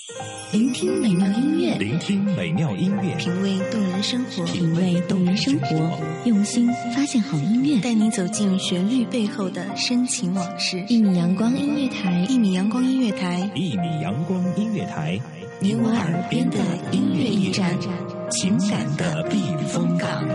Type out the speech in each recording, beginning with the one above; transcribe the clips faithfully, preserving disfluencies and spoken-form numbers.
聆听美妙音乐， 聆听美妙音乐， 品味动人生活， 品味动人生活，用心发现好音乐， 带你走进旋律背后的深情往事。 一米阳光音乐台， 一米阳光音乐台， 一米阳光音乐台， 你我耳边的音乐驿站，情感的避风港。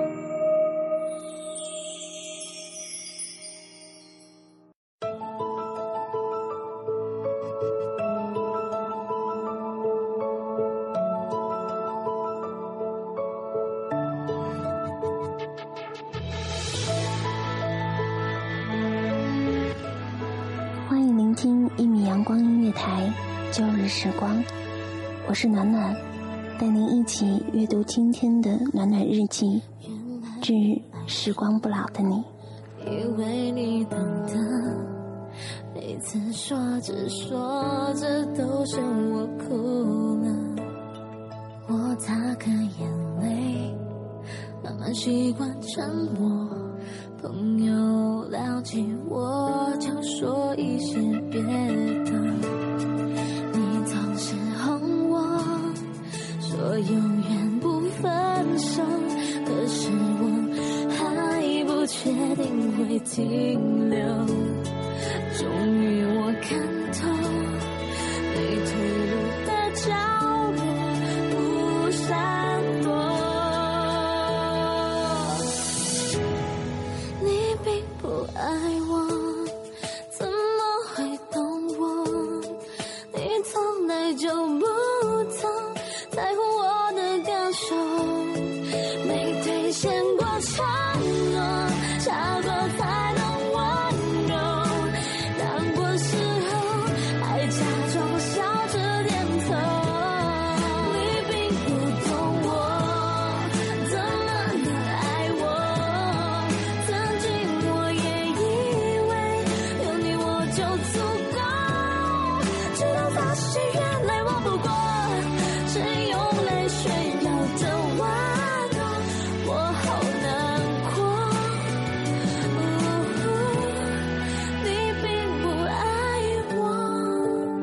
欢迎聆听一米阳光音乐台旧日时光，我是暖暖，带您一起阅读今天的暖暖日记，致时光不老的你。 以为你等的每次说着说着都是我哭了，我擦干眼泪，慢慢习惯沉默，朋友聊起我就说一些别的，你总是哄我说永远不分手，可是我还不确定会停留，终于我看透你退路的角落不闪躲，你并不爱我，怎么会懂我？你从来就不曾在乎我的感受，没兑现过承诺，傻过才能温柔，难过时候还假装笑着点头，你并不懂我，怎么能爱我？曾经我也以为有你我就足够，直到发现原来我不过是用泪炫耀的玩偶，我好难过，哦，你并不爱我。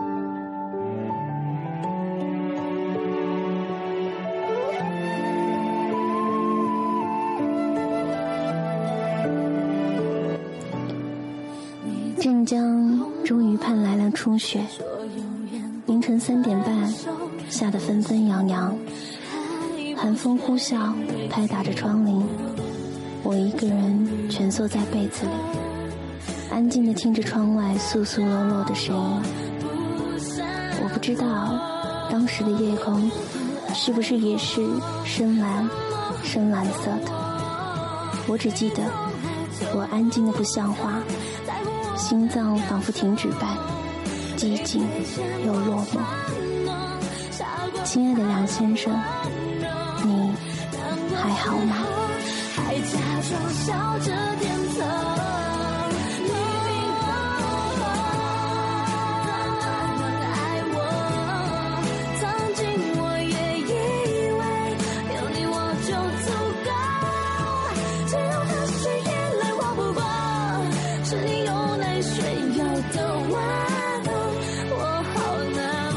镇江终于盼来了初雪，凌晨三点半，下得纷纷扬扬，寒风呼啸，拍打着窗棂。我一个人蜷缩在被子里，安静地听着窗外簌簌落落的声音。我不知道当时的夜空是不是也是深蓝深蓝色的，我只记得我安静得不像话，心脏仿佛停止般寂静又落寞。亲爱的梁先生，你还好吗？ 还假装笑着点头，你并不懂我，怎么能爱我？曾经我也以为有你我就足够，直到发现原来我不过是你用来炫耀的玩偶，我好难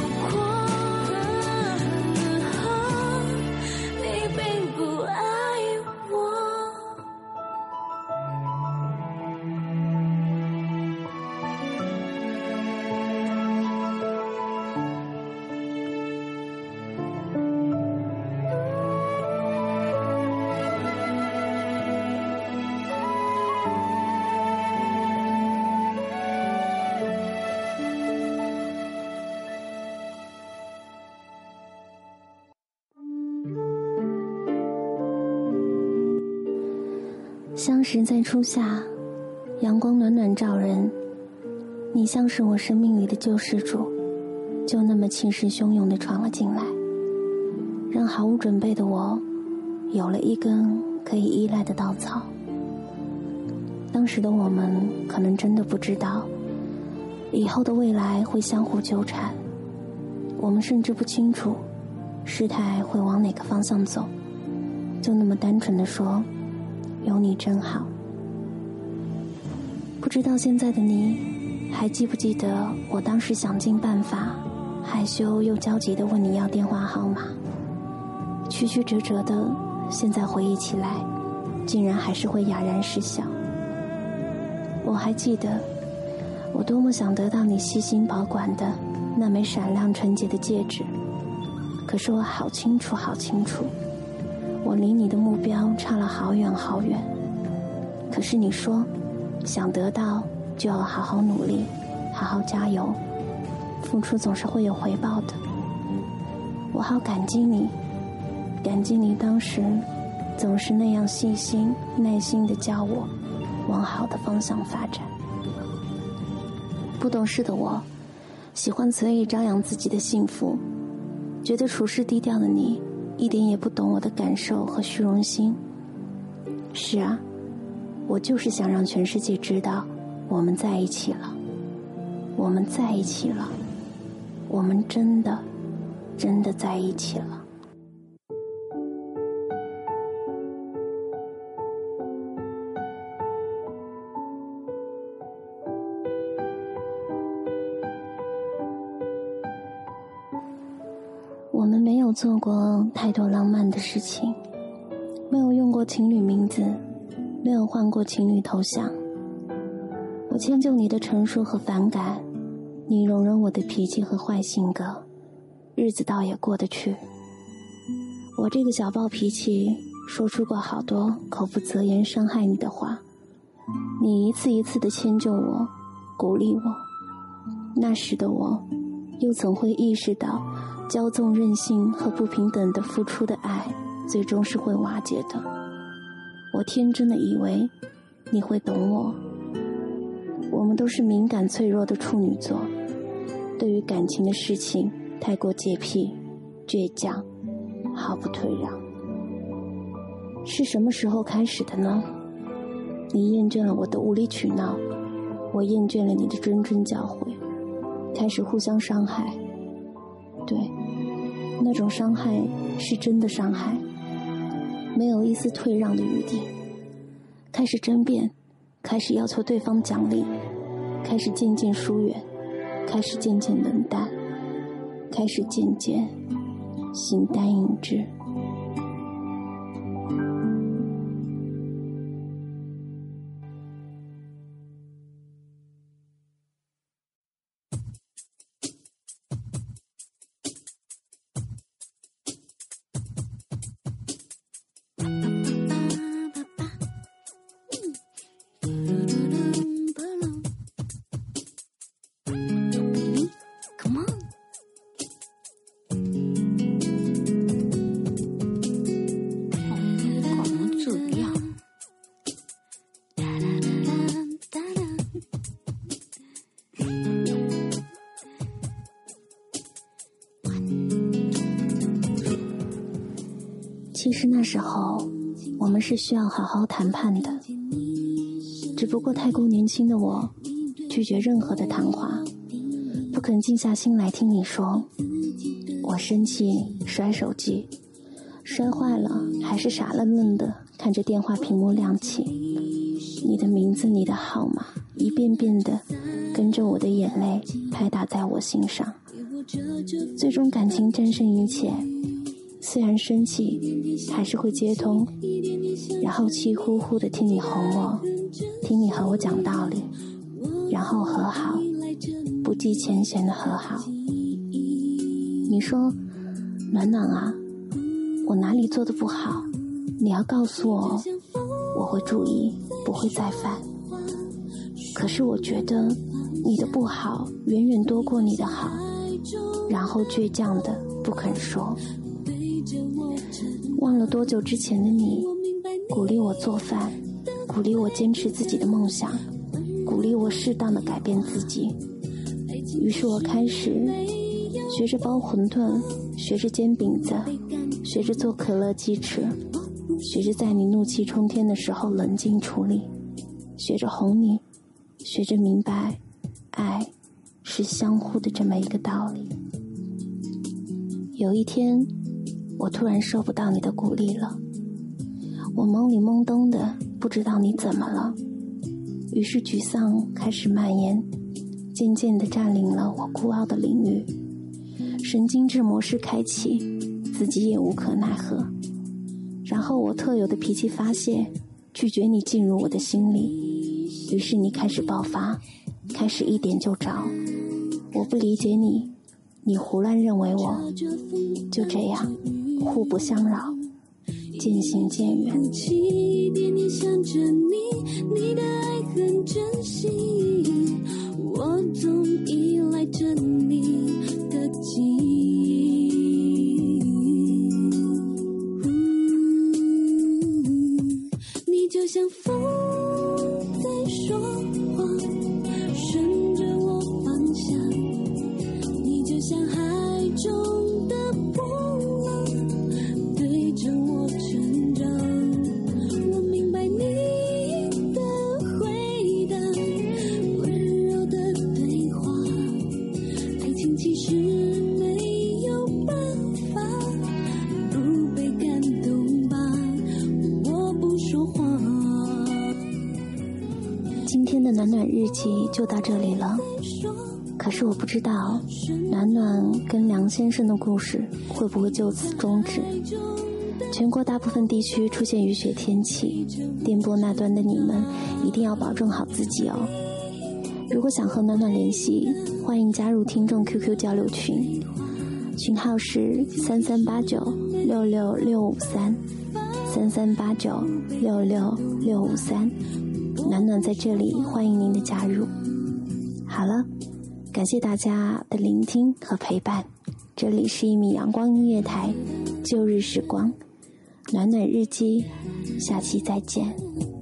过，你并不爱我。 相识在初夏，阳光暖暖照人，你像是我生命里的救世主，就那么气势汹涌地闯了进来，让毫无准备的我有了一根可以依赖的稻草。当时的我们可能真的不知道以后的未来会相互纠缠，我们甚至不清楚事态会往哪个方向走，就那么单纯地说有你真好。不知道现在的你还记不记得我当时想尽办法害羞又焦急地问你要电话号码，曲曲折折的，现在回忆起来，竟然还是会哑然失笑。我还记得，我多么想得到你细心保管的那枚闪亮纯洁的戒指，可是我好清楚好清楚，我离你的目标差了好远好远。可是你说，想得到就要好好努力，好好加油，付出总是会有回报的。我好感激你，感激你当时总是那样细心耐心地教我往好的方向发展。不懂事的我，喜欢随意张扬自己的幸福，觉得处事低调的你一点也不懂我的感受和虚荣心。是啊，我就是想让全世界知道我们在一起了，我们在一起了，我们真的真的在一起了。我们没有做过太多浪漫的事情，没有用过情侣名字，没有换过情侣头像。我迁就你的成熟和反感，你容忍我的脾气和坏性格，日子倒也过得去。我这个小暴脾气说出过好多口不择言伤害你的话，你一次一次地迁就我，鼓励我。那时的我又怎会意识到骄纵任性和不平等的付出的爱最终是会瓦解的。我天真的以为你会懂我。我们都是敏感脆弱的处女座，对于感情的事情太过洁癖倔强，毫不退让。是什么时候开始的呢？你厌倦了我的无理取闹，我厌倦了你的谆谆教诲，开始互相伤害。对，那种伤害是真的伤害，没有一丝退让的余地。开始争辩，开始要求对方奖励，开始渐渐疏远，开始渐渐冷淡，开始渐渐形单影只。其实那时候我们是需要好好谈判的，只不过太过年轻的我拒绝任何的谈话，不肯静下心来听你说。我生气摔手机，摔坏了还是傻愣愣的看着电话屏幕亮起，你的名字你的号码一遍遍的跟着我的眼泪拍打在我心上。最终感情战胜一切，虽然生气还是会接通，然后气呼呼的听你哄我，听你和我讲道理，然后和好，不计前嫌的和好。你说，暖暖啊，我哪里做得不好，你要告诉我，我会注意，不会再犯。可是我觉得你的不好远远多过你的好，然后倔强的不肯说。忘了多久之前的你，鼓励我做饭，鼓励我坚持自己的梦想，鼓励我适当的改变自己。于是我开始学着包馄饨，学着煎饼子，学着做可乐鸡翅，学着在你怒气冲天的时候冷静处理，学着哄你，学着明白爱是相互的这么一个道理。有一天我突然收不到你的鼓励了，我懵里懵懂的不知道你怎么了，于是沮丧开始蔓延，渐渐地占领了我孤傲的领域。 神经质模式开启，自己也无可奈何。然后我特有的脾气发泄，拒绝你进入我的心里。于是你开始爆发，开始一点就着。我不理解你，你胡乱认为我。就这样互不相扰，渐行渐远。 点点想着你，你的爱很真心，我总依赖着你的记忆、嗯、你就像风在说话，顺着我方向，你就像海中的波浪，对着我成长。我明白你的回答，温柔的对话，爱情其实没有办法不被感动吧，我不说话。 今天的暖暖日记就到这里了，可是我不知道暖暖跟梁先生的故事会不会就此终止。全国大部分地区出现雨雪天气，电波那端的你们一定要保重好自己哦。如果想和暖暖联系，欢迎加入听众 Q Q 交流群，群号是三三八九六六六五三三三八九六六六五三，暖暖在这里欢迎您的加入。好了，感谢大家的聆听和陪伴，这里是一米阳光音乐台，旧日时光，暖暖日记，下期再见。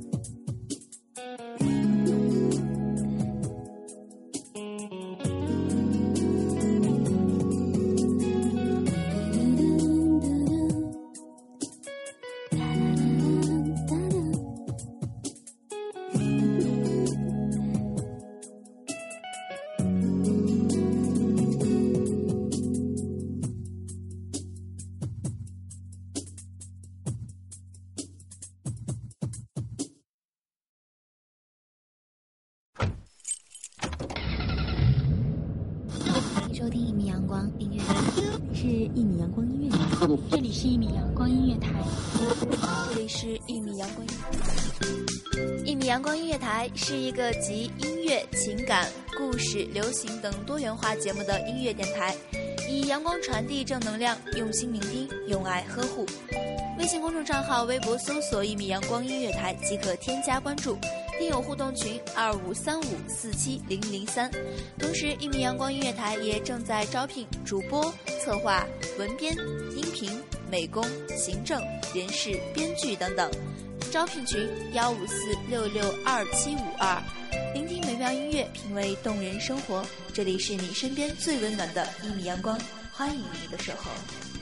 收听一米阳光音乐台，是一米阳光音乐台，这里是一米阳光音乐台， 这里是一米阳光音乐台。一米阳光音乐台是一个集音乐、情感、故事、流行等多元化节目的音乐电台，以阳光传递正能量，用心聆听，用爱呵护。微信公众账号、微博搜索一米阳光音乐台即可添加关注。听友互动群二五三五四七零零三，同时一米阳光音乐台也正在招聘主播、策划、文编、音频、美工、行政、人事、编剧等等。招聘群幺五四六六二七五二，聆听美妙音乐，品味动人生活。这里是你身边最温暖的一米阳光，欢迎你的守候。